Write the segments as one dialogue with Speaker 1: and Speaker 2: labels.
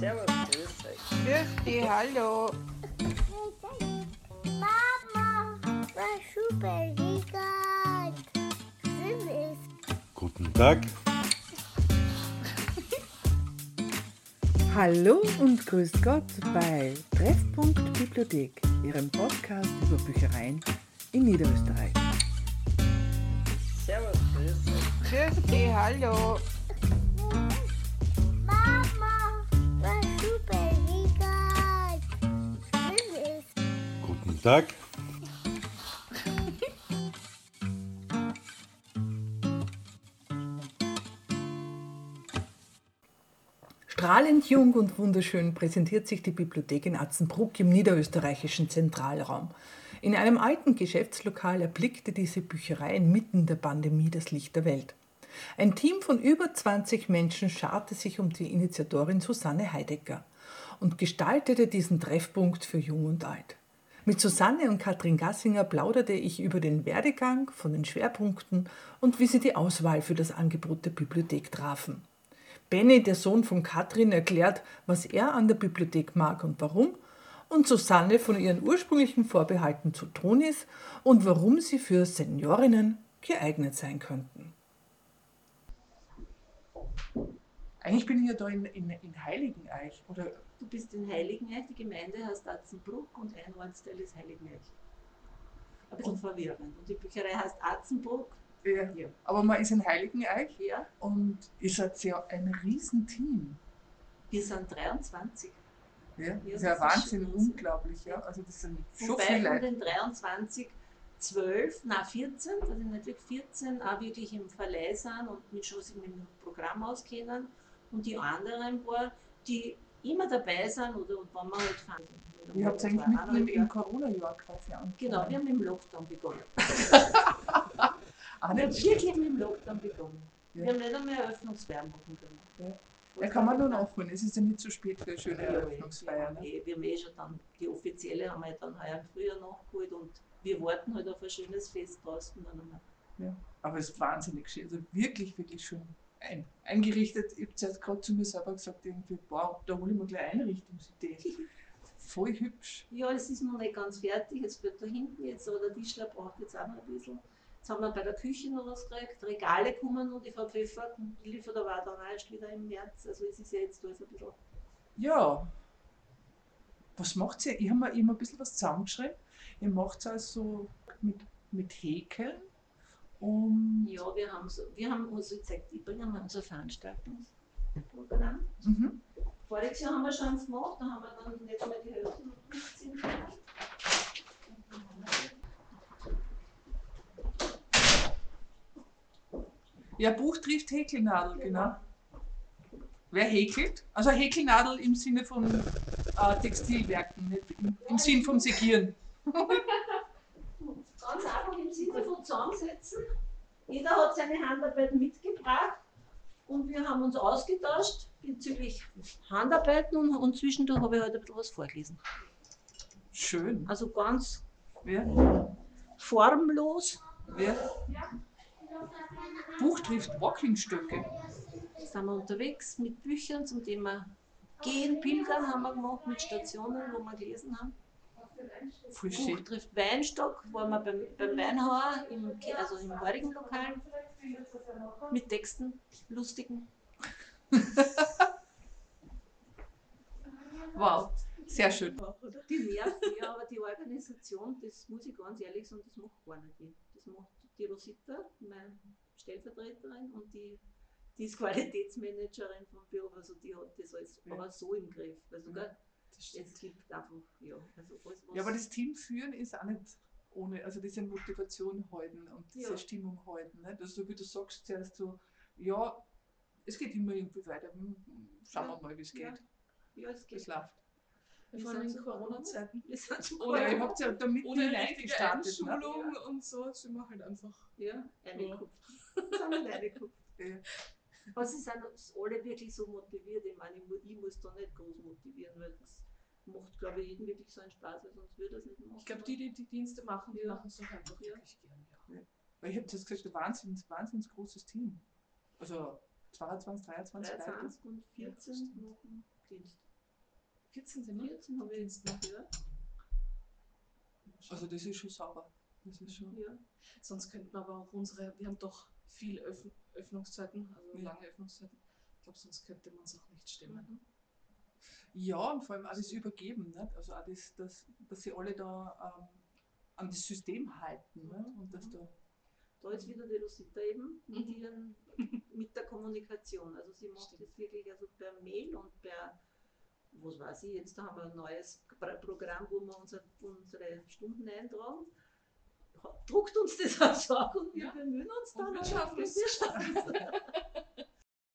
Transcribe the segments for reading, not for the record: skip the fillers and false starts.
Speaker 1: Servus, grüß euch.
Speaker 2: Grüß dich, hallo.
Speaker 3: Mama, was super liegt.
Speaker 4: Guten Tag.
Speaker 2: Hallo und grüß Gott bei Treffpunkt Bibliothek, Ihrem Podcast über Büchereien in Niederösterreich.
Speaker 1: Servus, grüß euch.
Speaker 2: Grüß dich, hallo.
Speaker 3: Mama, was super liegt.
Speaker 4: Guten Tag.
Speaker 2: Strahlend jung und wunderschön präsentiert sich die Bibliothek in Atzenbruck im niederösterreichischen Zentralraum. In einem alten Geschäftslokal erblickte diese Bücherei inmitten der Pandemie das Licht der Welt. Ein Team von über 20 Menschen scharte sich um die Initiatorin Susanne Heidecker und gestaltete diesen Treffpunkt für Jung und Alt. Mit Susanne und Katrin Gassinger plauderte ich über den Werdegang, von den Schwerpunkten und wie sie die Auswahl für das Angebot der Bibliothek trafen. Benny, der Sohn von Katrin, erklärt, was er an der Bibliothek mag und warum, und Susanne von ihren ursprünglichen Vorbehalten zu Tonis und warum sie für Seniorinnen geeignet sein könnten.
Speaker 5: Eigentlich bin ich ja da in Heiligeneich. Oder?
Speaker 6: Du bist in Heiligeneich, die Gemeinde heißt Atzenbruck und ein Ortsteil ist Heiligeneich. Ein bisschen verwirrend. Und die Bücherei heißt Atzenbruck.
Speaker 5: Ja. Aber man ist in Heiligeneich
Speaker 6: Ja.
Speaker 5: und ihr seid ja ein Riesenteam.
Speaker 6: Wir sind 23.
Speaker 5: Ja, das
Speaker 6: Ja,
Speaker 5: ist ja
Speaker 6: das ist
Speaker 5: Wahnsinn,
Speaker 6: schon
Speaker 5: unglaublich. Ja. Also das sind schon
Speaker 6: Wobei
Speaker 5: viele
Speaker 6: von
Speaker 5: Leute.
Speaker 6: den 23 14, also natürlich 14 auch wirklich im Verleih sind und mit schon sich mit dem Programm auskennen. Und die anderen paar, die immer dabei sind oder wenn wir halt fahren.
Speaker 5: Ihr habt eigentlich mitten im Corona-Jahr quasi angefangen.
Speaker 6: Genau, wir haben im Lockdown begonnen.
Speaker 5: Auch
Speaker 6: Wir haben
Speaker 5: nicht
Speaker 6: wirklich
Speaker 5: schlecht.
Speaker 6: mit dem Lockdown begonnen.
Speaker 5: Ja.
Speaker 6: Wir haben nicht einmal Eröffnungsfeiern machen können.
Speaker 5: Ja, kann man nur nachholen. Es ist ja nicht zu spät für eine schöne
Speaker 6: Ja,
Speaker 5: Eröffnungsfeier. Ne?
Speaker 6: wir haben schon dann, die offizielle haben wir dann heuer im Frühjahr nachgeholt und wir warten halt auf ein schönes Fest draußen dann einmal.
Speaker 5: Ja. Aber es ist wahnsinnig schön. Also wirklich, wirklich schön eingerichtet. Ich habe jetzt gerade zu mir selber gesagt, irgendwie, wow, da hole ich mir gleich Einrichtungsideen. Voll hübsch.
Speaker 6: Ja, es ist noch nicht ganz fertig, es wird da hinten jetzt, aber der Tischler braucht jetzt auch noch ein bisschen. Jetzt haben wir bei der Küche noch was gekriegt, Regale kommen und die Frau Pfeffer, die liefert aber auch dann erst wieder im März, also es ist ja jetzt alles ein bisschen.
Speaker 5: Ja. Was macht ihr? Ich habe mir immer ein bisschen was zusammengeschrieben. Ihr macht es also mit Häkeln. Und
Speaker 6: Ja, wir haben uns gezeigt, ich bringe mal unser Veranstaltungsprogramm.
Speaker 5: Mhm.
Speaker 6: Voriges Jahr haben wir schon eins gemacht, da haben wir dann nicht einmal die Hälfte noch 15 gemacht.
Speaker 5: Ja, Buch trifft Häkelnadel, genau. Wer häkelt? Also Häkelnadel im Sinne von Textilwerken, nicht im Sinn vom Segieren.
Speaker 6: Ganz einfach im Sinne von zusammensetzen. Jeder hat seine Handarbeit mitgebracht und wir haben uns ausgetauscht bezüglich Handarbeiten und zwischendurch habe ich halt ein bisschen was vorgelesen.
Speaker 5: Schön.
Speaker 6: Also ganz
Speaker 5: Wer?
Speaker 6: formlos
Speaker 5: Buch trifft Walkingstöcke.
Speaker 6: sind wir unterwegs mit Büchern zum Thema Gehen, Pilgern haben wir gemacht mit Stationen, wo wir gelesen haben.
Speaker 5: Voll
Speaker 6: Buch
Speaker 5: schön.
Speaker 6: trifft Weinstock, waren wir beim Weinhauer, also im heurigen Lokal, mit Texten, lustigen.
Speaker 5: Wow, sehr schön.
Speaker 6: Die nerven, ja, aber die Organisation, das muss ich ganz ehrlich sagen, das macht gar nicht ich. Das macht die Rosita, meine Stellvertreterin, und die ist Qualitätsmanagerin vom Büro, also die hat das alles aber so im Griff. Also, gell, es gibt einfach, ja, also alles, was.
Speaker 5: Ja, aber das Team führen ist auch nicht ohne, also diese Motivation halten und diese Stimmung halten. Nicht? Also so wie du sagst, zuerst so, ja, es geht immer irgendwie weiter. Schauen wir mal, wie es geht.
Speaker 6: Ja, es geht.
Speaker 5: Es läuft.
Speaker 7: Vor allem in Corona-Zeiten.
Speaker 6: Wir sind schon
Speaker 5: Oder ihr habt ja damit
Speaker 7: Ohne richtige
Speaker 5: hineingestartet. Ne?
Speaker 7: Einschulung und so sind wir halt einfach.
Speaker 6: Ja, reingekupft. Sind wir reingekupft.
Speaker 5: Ja.
Speaker 6: Aber sie sind alle wirklich so motiviert. Ich meine, ich muss da nicht groß motivieren, weil das macht, glaube ich, jedem wirklich so einen Spaß, weil sonst würde er es nicht machen.
Speaker 7: Ich glaube, die Dienste machen, die machen es doch einfach wirklich gern. Ja.
Speaker 5: Weil ich habe das gesagt, ein wahnsinnig großes Team. Also 22, 23 Leute.
Speaker 6: 23 und 14 noch im Dienst.
Speaker 7: 14 sind wir.
Speaker 6: 14 haben wir jetzt noch, ja.
Speaker 5: Also das ist schon sauber. Das ist schon.
Speaker 6: Ja.
Speaker 7: Sonst könnten wir aber auch wir haben doch viel Öffnungszeiten, also
Speaker 5: Ja.
Speaker 7: lange Öffnungszeiten. Ich glaube, sonst könnte man es auch nicht stemmen.
Speaker 6: Mhm.
Speaker 5: Ja, und vor allem alles übergeben. Nicht? Also auch dass sie alle da an das System halten. Nicht? Und dass da.
Speaker 6: Da ist wieder die Rosita eben mit der Kommunikation. Also sie macht das wirklich also per Mail und per, was weiß ich, jetzt haben wir ein neues Programm, wo wir unsere Stunden eintragen. Druckt uns das aufs Auge und wir
Speaker 7: Ja.
Speaker 6: bemühen uns dann.
Speaker 7: Und wir
Speaker 6: und
Speaker 7: schaffen es.
Speaker 6: wir schaffen es.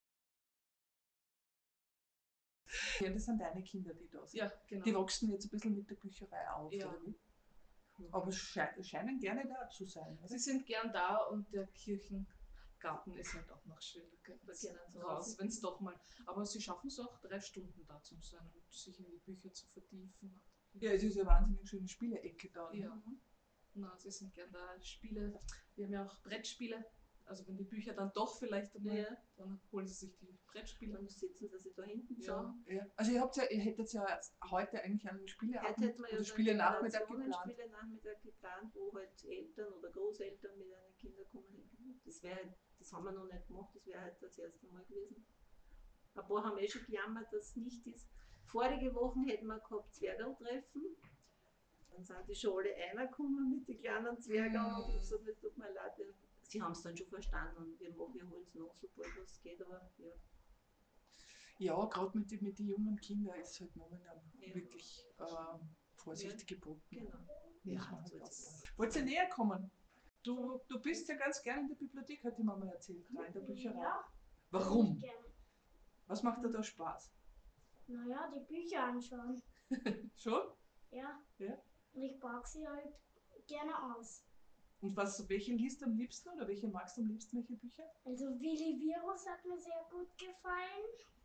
Speaker 5: Ja, das sind deine Kinder, die da sind.
Speaker 7: Ja, genau.
Speaker 5: Die wachsen jetzt ein bisschen mit der Bücherei auf,
Speaker 7: Ja.
Speaker 5: oder wie? Aber scheinen gerne da zu sein. Oder?
Speaker 7: Sie sind gern da und der Kirchengarten ist halt auch noch schön. Da können
Speaker 6: Da
Speaker 7: sie
Speaker 6: können sie
Speaker 7: raus,
Speaker 6: raus.
Speaker 7: wenn es doch mal. Aber sie schaffen es auch 3 Stunden da zu sein und sich in die Bücher zu vertiefen.
Speaker 5: Ja, es ist eine wahnsinnig schöne Spielecke da. Ne?
Speaker 7: Ja. Na, sie sind gern da. Spiele, wir haben ja auch Brettspiele. Also wenn die Bücher dann doch vielleicht einmal,
Speaker 6: Ja.
Speaker 7: dann holen sie sich die Brettspiele.
Speaker 6: Dann sitzen sie da hinten
Speaker 7: Ja.
Speaker 6: zusammen.
Speaker 5: Ja. Also ihr hättet ja heute eigentlich einen
Speaker 6: Heute
Speaker 5: Spieleabend
Speaker 6: hätten wir ja
Speaker 5: oder
Speaker 6: so
Speaker 5: Spiele-Nachmittag geplant.
Speaker 6: Spiele-Nachmittag geplant, wo halt Eltern oder Großeltern mit ihren Kindern kommen. Das haben wir noch nicht gemacht, das wäre halt das erste Mal gewesen. Ein paar haben schon gejammert, dass es nicht ist. Vorige Woche hätten wir gehabt Zwergerl-Treffen. Dann sind die schon alle einer gekommen mit den kleinen Zwergeln und ich habe gesagt, tut mir leid. Sie haben es dann schon verstanden und wir holen es noch, sobald es geht, aber ja.
Speaker 5: Ja, gerade mit den jungen Kindern ist halt momentan
Speaker 6: Ja.
Speaker 5: wirklich Vorsicht geboten.
Speaker 6: Genau.
Speaker 5: Muss
Speaker 6: Ja,
Speaker 5: man halt
Speaker 6: so ist
Speaker 5: aufpassen. Wollt ihr näher kommen? Du bist ja ganz gerne in der Bibliothek, hat die Mama erzählt, da in der Bücherei.
Speaker 3: Ja,
Speaker 5: Warum?
Speaker 3: gerne.
Speaker 5: Was macht dir da Spaß?
Speaker 3: Naja, die Bücher anschauen.
Speaker 5: Schon?
Speaker 3: Ja.
Speaker 5: Ja.
Speaker 3: Und ich packe sie halt gerne aus.
Speaker 5: Und welche liest du am liebsten oder welche magst du am liebsten, welche Bücher?
Speaker 3: Also Willi Virus hat mir sehr gut gefallen.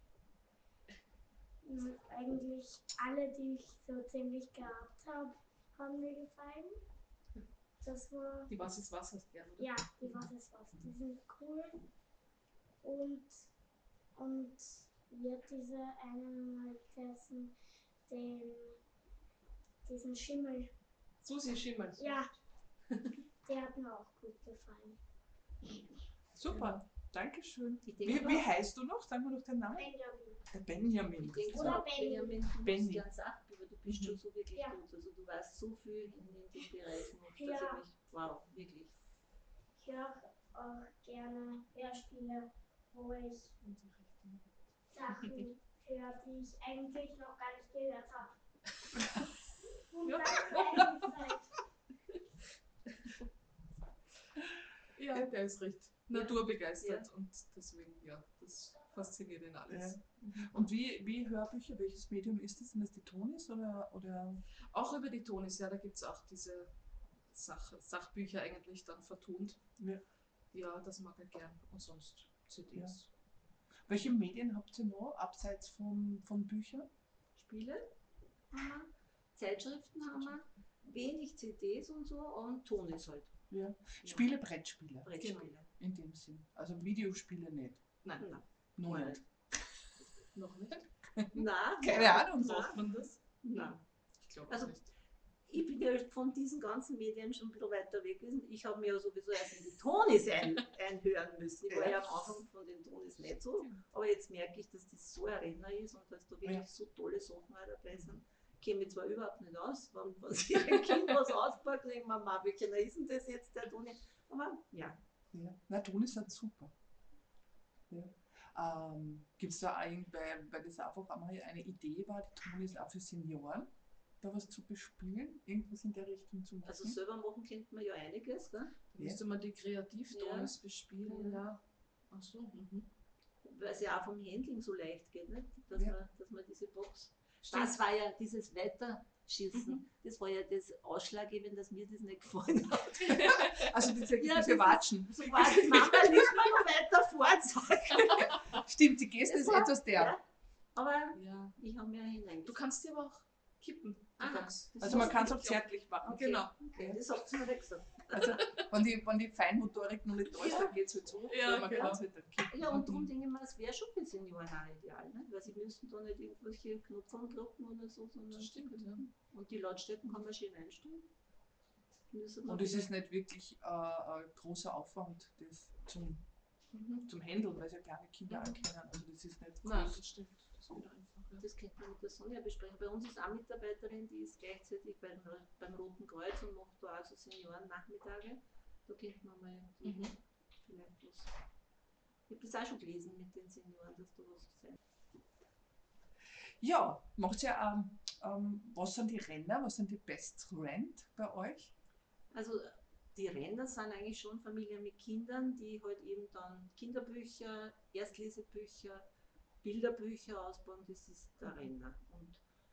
Speaker 3: Eigentlich alle, die ich so ziemlich gehabt habe, haben mir gefallen. Das war,
Speaker 7: Die Was ist was hast gerne, oder?
Speaker 3: ja, die Was ist was. Die sind cool. Und wie hat diese eine mal gegessen, diesen Schimmel.
Speaker 7: Susi Schimmel.
Speaker 3: Ja, der hat mir auch gut gefallen.
Speaker 5: Super, Dankeschön.
Speaker 6: Ich
Speaker 5: Wie,
Speaker 6: denke,
Speaker 5: wie heißt du noch? Sag mal noch den Namen.
Speaker 3: Benjamin.
Speaker 5: Der Benjamin.
Speaker 6: Ich denke,
Speaker 3: Oder
Speaker 6: so, Benjamin, du
Speaker 5: Benny.
Speaker 6: machst gern Sachbücher, du bist schon so wirklich
Speaker 3: Ja.
Speaker 6: gut. Also du weißt so viel in den Bereichen.
Speaker 3: Ja.
Speaker 6: Also wow, wirklich.
Speaker 3: Ich höre auch gerne Hörspiele, wo ich Sachen höre, die ich eigentlich noch gar nicht gehört habe. Und
Speaker 7: Ja.
Speaker 3: dann zur Zeit.
Speaker 7: Ja, der ist recht naturbegeistert und deswegen, ja, das fasziniert ihn alles.
Speaker 5: Und wie Hörbücher, welches Medium ist das? Sind das die Tonis oder?
Speaker 7: Auch über die Tonis, ja, da gibt es auch diese Sachbücher eigentlich dann vertont.
Speaker 5: Ja.
Speaker 7: Ja, das mag er gern. Und sonst CDs.
Speaker 5: Welche Medien habt ihr noch, abseits von Büchern?
Speaker 6: Spiele haben wir, Zeitschriften haben wir, wenig CDs und so und Tonis halt.
Speaker 5: Ja. Spiele, Brettspiele,
Speaker 6: Brettspiele.
Speaker 5: in dem Sinn. Also Videospiele nicht.
Speaker 7: Nein,
Speaker 6: Nein.
Speaker 5: Noch
Speaker 6: Nein.
Speaker 5: nicht.
Speaker 7: noch nicht.
Speaker 6: Nein.
Speaker 5: Keine Ahnung.
Speaker 7: Braucht man das?
Speaker 6: Nein.
Speaker 7: Ich glaube
Speaker 6: Also-
Speaker 7: nicht.
Speaker 6: Ich bin ja von diesen ganzen Medien schon ein bisschen weiter weg gewesen. Ich habe mir ja sowieso erst in die Tonis einhören müssen. Ich war ja am Anfang von den Tonis nicht so. Aber jetzt merke ich, dass das so ein Renner ist und dass da wirklich
Speaker 5: Ja.
Speaker 6: so tolle Sachen auch dabei sind. Ich kenne mich zwar überhaupt nicht aus, wenn sich ein Kind was auspackt, denke ich mir, Mama, welcher ist denn das jetzt, der Toni? Aber ja,
Speaker 5: Ja. Na, Tonis sind super. Ja. Gibt es da eigentlich, weil das einfach einmal eine Idee war, die Tonis auch für Senioren, da was zu bespielen, irgendwas in der Richtung zu machen?
Speaker 6: also selber machen könnte man ja einiges, gell?
Speaker 7: Da müsste man die Kreativtonis bespielen,
Speaker 6: Ja.
Speaker 7: ja. Ach so,
Speaker 6: Weil es ja auch vom Handling so leicht geht, nicht? Dass,
Speaker 5: Ja.
Speaker 6: man diese Box.
Speaker 7: Stimmt.
Speaker 6: Das war ja dieses Weiterschießen. Das war ja das Ausschlaggebende, dass mir das nicht gefallen hat.
Speaker 5: Also diese,
Speaker 6: Ja,
Speaker 5: diese
Speaker 6: das
Speaker 5: Watschen.
Speaker 6: So war die Mama ließ mir noch weiter fortsagen.
Speaker 5: Stimmt, die Geste
Speaker 6: Das
Speaker 5: ist
Speaker 6: war-
Speaker 5: etwas der.
Speaker 6: Ja, aber
Speaker 7: Ja.
Speaker 6: ich habe mir
Speaker 7: Du
Speaker 6: hineingefunden.
Speaker 7: kannst die aber auch kippen. die Box.
Speaker 6: das
Speaker 5: Also man
Speaker 6: ist
Speaker 5: kann es auch
Speaker 7: wirklich
Speaker 5: zärtlich machen.
Speaker 6: Okay.
Speaker 7: Genau.
Speaker 6: Okay, das habt ihr mir nicht gesagt.
Speaker 5: Also wenn die Feinmotorik noch nicht da ist,
Speaker 6: Ja.
Speaker 5: dann geht es halt so.
Speaker 7: Ja,
Speaker 5: weil man
Speaker 7: genau.
Speaker 5: kann es halt dann kippen.
Speaker 6: Ja, und darum denke ich mir, es wäre schon für Senioren auch ideal, ne? Weil sie müssen da nicht irgendwelche Knöpfe drücken oder so, sondern
Speaker 7: Das stimmt,
Speaker 6: sie
Speaker 7: ja.
Speaker 6: können- Und die Lautstärken kann man schön einstellen. Müssen
Speaker 5: Und
Speaker 6: wir
Speaker 5: es
Speaker 6: wieder-
Speaker 5: ist nicht wirklich ein großer Aufwand das zum Handeln, weil es ja kleine Kinder auch kennen. Also das ist nicht
Speaker 7: Nein,
Speaker 5: groß.
Speaker 7: das stimmt. Das geht einfach. Ja.
Speaker 6: Das könnte man mit der Sonja besprechen. Bei uns ist auch eine Mitarbeiterin, die ist gleichzeitig beim Roten Kreuz und macht da auch so Seniorennachmittage. Da könnte man mal vielleicht was. Ich habe das auch schon gelesen mit den Senioren, dass da was sein.
Speaker 5: Ja, macht ja was sind die Renner, was sind die Best Rent bei euch?
Speaker 6: Also die Renner sind eigentlich schon Familien mit Kindern, die halt eben dann Kinderbücher, Erstlesebücher, Bilderbücher ausbauen, das ist der Renner. Und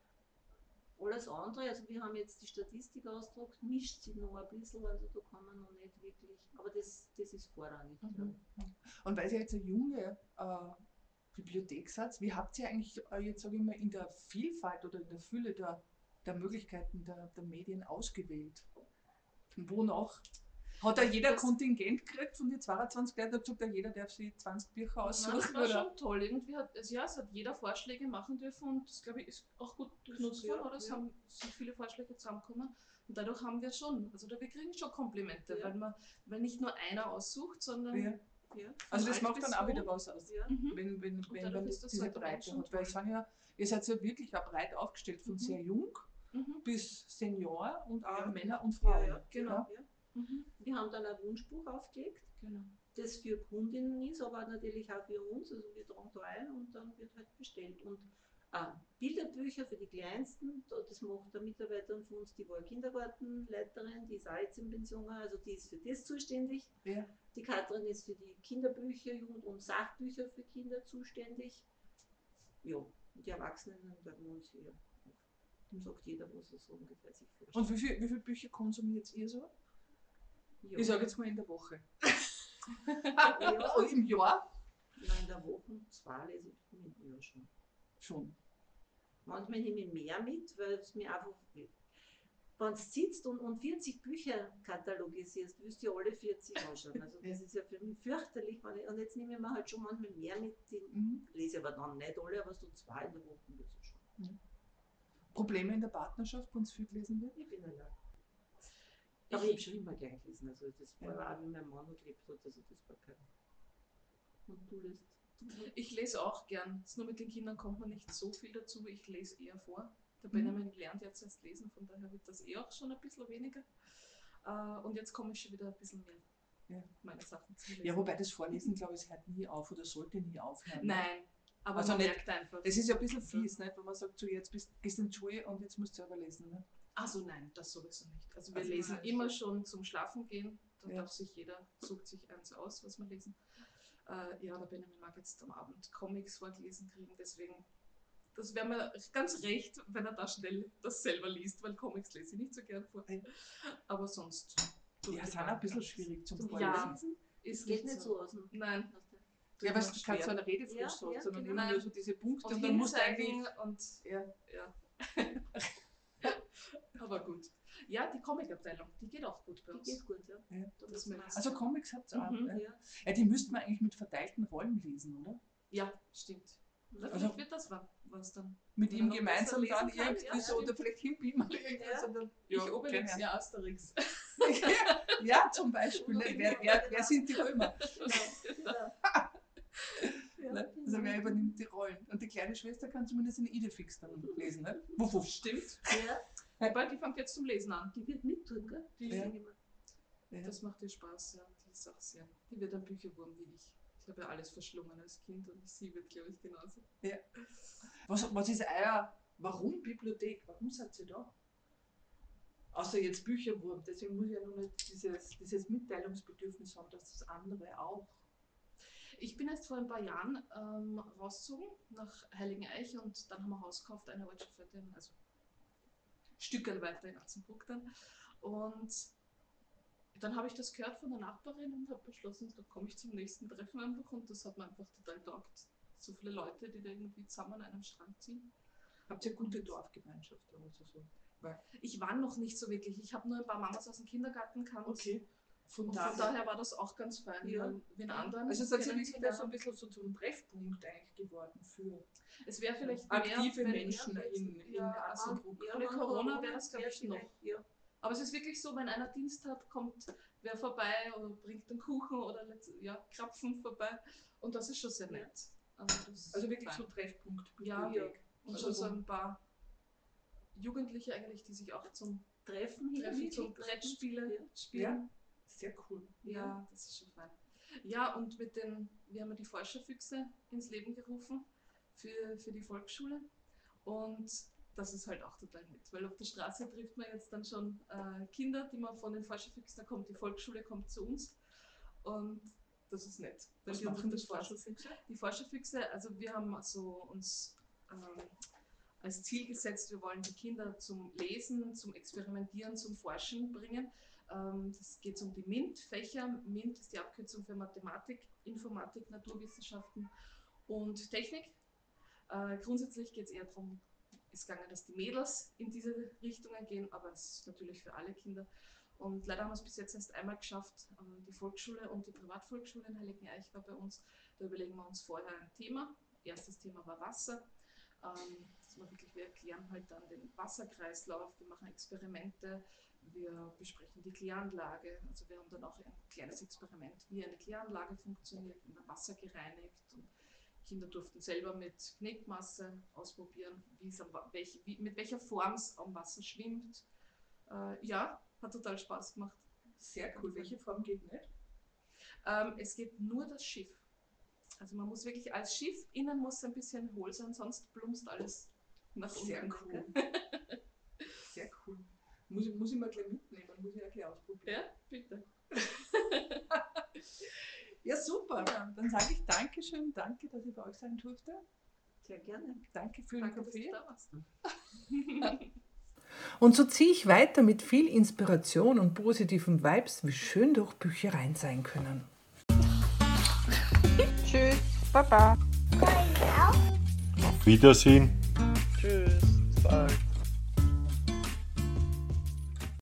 Speaker 6: alles andere, also wir haben jetzt die Statistik ausgedruckt, mischt sich noch ein bisschen, also da kann man noch nicht wirklich, aber das ist vorrangig.
Speaker 7: Mhm.
Speaker 5: Und weil ihr jetzt eine junge Bibliothek seid, wie habt ihr eigentlich jetzt, sage ich mal, in der Vielfalt oder in der Fülle der Möglichkeiten der Medien ausgewählt? Und wonach? Hat da jeder Kontingent gekriegt von den 22 Leuten? Hat gesagt, jeder darf sich 20 Bücher
Speaker 7: Nein, das
Speaker 5: aussuchen?
Speaker 7: war
Speaker 5: Oder?
Speaker 7: schon toll. Irgendwie es hat jeder Vorschläge machen dürfen und das, glaube ich, ist auch gut genutzt worden, oder? Es sind viele Vorschläge zusammengekommen und dadurch haben wir schon, also wir kriegen schon Komplimente,
Speaker 6: Ja.
Speaker 7: weil nicht nur einer aussucht, sondern
Speaker 5: Ja.
Speaker 6: Ja.
Speaker 5: Also das
Speaker 7: alt
Speaker 5: macht
Speaker 7: bis
Speaker 5: dann auch
Speaker 7: jung.
Speaker 5: wieder was aus.
Speaker 6: Ja.
Speaker 5: Wenn
Speaker 7: dadurch
Speaker 5: man
Speaker 7: ist das
Speaker 5: diese
Speaker 7: halt dann
Speaker 5: Breite
Speaker 7: schon
Speaker 5: hat. Weil es sind ja, ihr seid ja wirklich auch breit aufgestellt, von sehr jung bis Senior und auch
Speaker 7: Ja.
Speaker 5: Männer und Frauen.
Speaker 6: Ja, genau.
Speaker 5: Ja.
Speaker 6: Ja. Wir haben dann ein Wunschbuch aufgelegt,
Speaker 7: Genau.
Speaker 6: das für Kundinnen ist, aber natürlich auch für uns. Also wir tragen da ein und dann wird halt bestellt. Und Bilderbücher für die Kleinsten, das macht eine Mitarbeiterin von uns, die war Kindergartenleiterin, die ist auch jetzt in Pension, also die ist für das zuständig.
Speaker 5: Ja.
Speaker 6: Die Katrin ist für die Kinderbücher, Jugend- und Sachbücher für Kinder zuständig. Ja, und die Erwachsenen werden uns hier. Sagt jeder, was er so ungefähr sich vorstellt.
Speaker 5: Und wie viele Bücher konsumiert ihr so?
Speaker 6: Ja.
Speaker 5: Ich sage jetzt mal in der Woche.
Speaker 6: Ja.
Speaker 5: Und im Jahr?
Speaker 6: Nein, in der Woche 2 lese ich mit, ja schon.
Speaker 5: Schon.
Speaker 6: Manchmal nehme ich mehr mit, weil es mir einfach, wenn du sitzt und 40 Bücher katalogisierst, willst du ja alle 40 anschauen. Also das ist ja für mich fürchterlich. Und jetzt nehme ich mir halt schon manchmal mehr mit, die lese ich aber dann nicht alle, aber so 2 in der Woche lese ich schon.
Speaker 5: Probleme in der Partnerschaft, wenn es viel gelesen wird?
Speaker 6: Ich bin allein. Aber ich habe schon immer gern gelesen. Also das war auch, wie mein Mann noch gelebt hat, also das war kein. Und du lässt.
Speaker 7: Ich lese auch gern. Nur mit den Kindern kommt man nicht so viel dazu. Ich lese eher vor. Der Benjamin lernt jetzt erst lesen, von daher wird das auch schon ein bisschen weniger. Und jetzt komme ich schon wieder ein bisschen mehr meine Sachen zu lesen.
Speaker 5: Ja, wobei das Vorlesen, glaube ich, hört nie auf oder sollte nie aufhören.
Speaker 7: Nein, aber
Speaker 5: Also
Speaker 7: man
Speaker 5: nicht-
Speaker 7: merkt einfach.
Speaker 5: Es ist ja ein bisschen fies, nicht? Wenn man sagt, so jetzt gehst du in die Schule und jetzt musst du selber lesen. Ne?
Speaker 7: Also nein, das sowieso nicht. Also wir
Speaker 5: Also
Speaker 7: lesen
Speaker 6: nein,
Speaker 7: immer schon zum Schlafen gehen. Da
Speaker 5: Ja.
Speaker 7: darf sich jeder, sucht sich eins aus, was wir lesen. Ja, der Benjamin mag jetzt am Abend Comics vorgelesen kriegen, deswegen, das wäre mir ganz recht, wenn er da schnell das selber liest, weil Comics lese ich nicht so gern vor. Aber sonst.
Speaker 5: Ja, sind auch ein bisschen schwierig zum
Speaker 7: Ja,
Speaker 5: Vorlesen.
Speaker 7: ist
Speaker 6: Geht nicht so aus dem.
Speaker 7: Nein.
Speaker 5: Ja, weil es
Speaker 7: tut
Speaker 5: kein
Speaker 7: mir
Speaker 5: so
Speaker 7: schwer.
Speaker 5: eine Redefluss
Speaker 6: Ja,
Speaker 5: hat,
Speaker 6: ja,
Speaker 5: sondern
Speaker 6: genau.
Speaker 5: immer nur so diese Punkte
Speaker 7: Und
Speaker 5: und dann musst du eigentlich.
Speaker 7: hinzeigen und
Speaker 5: Ja.
Speaker 7: aber gut. Ja, die Comicabteilung, die geht auch gut bei
Speaker 6: Die
Speaker 7: uns.
Speaker 6: geht gut, ja.
Speaker 5: Ja.
Speaker 7: Das merkst
Speaker 5: Also
Speaker 7: du.
Speaker 5: Comics habt ihr auch.
Speaker 7: Mhm.
Speaker 5: Ja.
Speaker 6: Ja.
Speaker 5: Ja, die müssten wir eigentlich mit verteilten Rollen lesen, oder?
Speaker 7: Ja, stimmt.
Speaker 5: Also-
Speaker 7: Vielleicht wird das was dann.
Speaker 5: Mit
Speaker 7: Wenn
Speaker 5: ihm
Speaker 7: er noch
Speaker 5: gemeinsam
Speaker 7: besser
Speaker 5: dann
Speaker 7: lesen kann,
Speaker 5: irgendwie
Speaker 7: ja,
Speaker 5: so oder
Speaker 7: stimmt.
Speaker 5: vielleicht hinbeamen oder irgendwas.
Speaker 6: Ja.
Speaker 5: Und dann,
Speaker 7: Ich
Speaker 5: keine
Speaker 7: Obelix,
Speaker 5: Ahnung.
Speaker 7: ja Asterix.
Speaker 5: Ja, zum Beispiel. Ne? Wer sind die Römer?
Speaker 6: Ja,
Speaker 5: Ne? Also wer übernimmt die Rollen? Und die kleine Schwester kann zumindest in Idefix dann lesen. Ne? Wuff, wuff.
Speaker 7: Stimmt.
Speaker 6: Ja,
Speaker 7: Wobei, die fängt jetzt zum Lesen an.
Speaker 6: die wird mittun, gell?
Speaker 7: Die,
Speaker 5: Ja.
Speaker 6: Sag ich mal.
Speaker 5: Ja.
Speaker 7: Das macht ihr Spaß, ja. Die ist auch sehr. Die wird ein Bücherwurm wie ich. Ich habe ja alles verschlungen als Kind und sie wird, glaube ich, genauso.
Speaker 5: Was ist warum Bibliothek? Warum seid ihr da? Außer jetzt Bücherwurm. Deswegen muss ich ja nur nicht dieses Mitteilungsbedürfnis haben, dass das andere auch.
Speaker 7: Ich bin erst vor ein paar Jahren rausgezogen nach Heiligeneich und dann haben wir Haus gekauft, eine Ortschaftsstätte, also Stückel weiter in Atzenbruck dann. Und dann habe ich das gehört von der Nachbarin und habe beschlossen, da komme ich zum nächsten Treffen einfach und das hat mir einfach total taugt. So viele Leute, die da irgendwie zusammen an einem Strang ziehen.
Speaker 5: Habt ihr gute Dorfgemeinschaft oder so?
Speaker 7: Ich war noch nicht so wirklich. Ich habe nur ein paar Mamas aus dem Kindergarten gekannt.
Speaker 5: Okay. Von
Speaker 7: Und von daher war das auch ganz fein.
Speaker 6: Ja.
Speaker 7: Weil Wenn anderen
Speaker 5: Also seid ihr
Speaker 7: kennen
Speaker 5: wirklich
Speaker 7: zu
Speaker 5: da so ein
Speaker 7: lernen.
Speaker 5: bisschen so zum Treffpunkt eigentlich geworden für
Speaker 7: Es wäre vielleicht
Speaker 5: aktive
Speaker 7: mehr, wenn-
Speaker 5: Menschen in Assenbruck.
Speaker 7: Ohne Corona wäre das, glaube ich, noch.
Speaker 6: Ja.
Speaker 7: Aber es ist wirklich so, wenn einer Dienst hat, kommt wer vorbei oder bringt einen Kuchen oder Krapfen vorbei. Und das ist schon sehr nett.
Speaker 5: Also wirklich so Treffpunkt.
Speaker 7: Ja,
Speaker 5: Bibliothek.
Speaker 7: Und
Speaker 5: Also
Speaker 7: schon so ein paar Jugendliche eigentlich, die sich auch zum
Speaker 6: Treffen
Speaker 7: zum Brettspiele
Speaker 6: Ja.
Speaker 7: spielen.
Speaker 5: Ja. Sehr cool.
Speaker 7: Ja, das ist schon fein. Ja, und wir haben ja die Forscherfüchse ins Leben gerufen für die Volksschule. Und das ist halt auch total nett, weil auf der Straße trifft man jetzt dann schon Kinder, die man von den Forscherfüchsen, da kommt die Volksschule, kommt zu uns. Und das ist nett.
Speaker 5: Was
Speaker 7: die uns
Speaker 5: machen die
Speaker 7: unterstützen.
Speaker 5: Forscherfüchse?
Speaker 7: Die Forscherfüchse, also wir haben so uns als Ziel gesetzt, wir wollen die Kinder zum Lesen, zum Experimentieren, zum Forschen bringen. Das geht um die MINT-Fächer. MINT ist die Abkürzung für Mathematik, Informatik, Naturwissenschaften und Technik. Grundsätzlich geht es eher darum, es gegangen, dass die Mädels in diese Richtungen gehen, aber es ist natürlich für alle Kinder. Und leider haben wir es bis jetzt erst einmal geschafft, die Volksschule und die Privatvolksschule in Heiligeneich war bei uns. Da überlegen wir uns vorher ein Thema. Erstes Thema war Wasser. Wir erklären halt dann den Wasserkreislauf, wir machen Experimente, wir besprechen die Kläranlage. Also wir haben dann auch ein kleines Experiment, wie eine Kläranlage funktioniert, wie man Wasser gereinigt. Und Kinder durften selber mit Knetmasse ausprobieren, mit welcher Form es am Wasser schwimmt. Ja, hat total Spaß gemacht.
Speaker 5: Sehr cool. Welche Form geht nicht?
Speaker 7: Es geht nur das Schiff. Also man muss wirklich als Schiff, innen muss ein bisschen hohl sein, sonst plumpst alles nach unten.
Speaker 5: Sehr cool. Sehr cool. Muss ich mal gleich mitnehmen, muss ich auch gleich ausprobieren.
Speaker 7: Ja, bitte.
Speaker 5: Ja, super. Dann sage ich Dankeschön, danke, dass ich bei euch sein durfte.
Speaker 6: Sehr gerne.
Speaker 5: Danke für den
Speaker 7: Danke, dass du
Speaker 5: Kaffee.
Speaker 7: da warst.
Speaker 2: Und so ziehe ich weiter mit viel Inspiration und positiven Vibes, wie schön doch Büchereien sein können.
Speaker 1: Tschüss, Baba.
Speaker 4: Auf Wiedersehen.
Speaker 1: Tschüss, bis bald.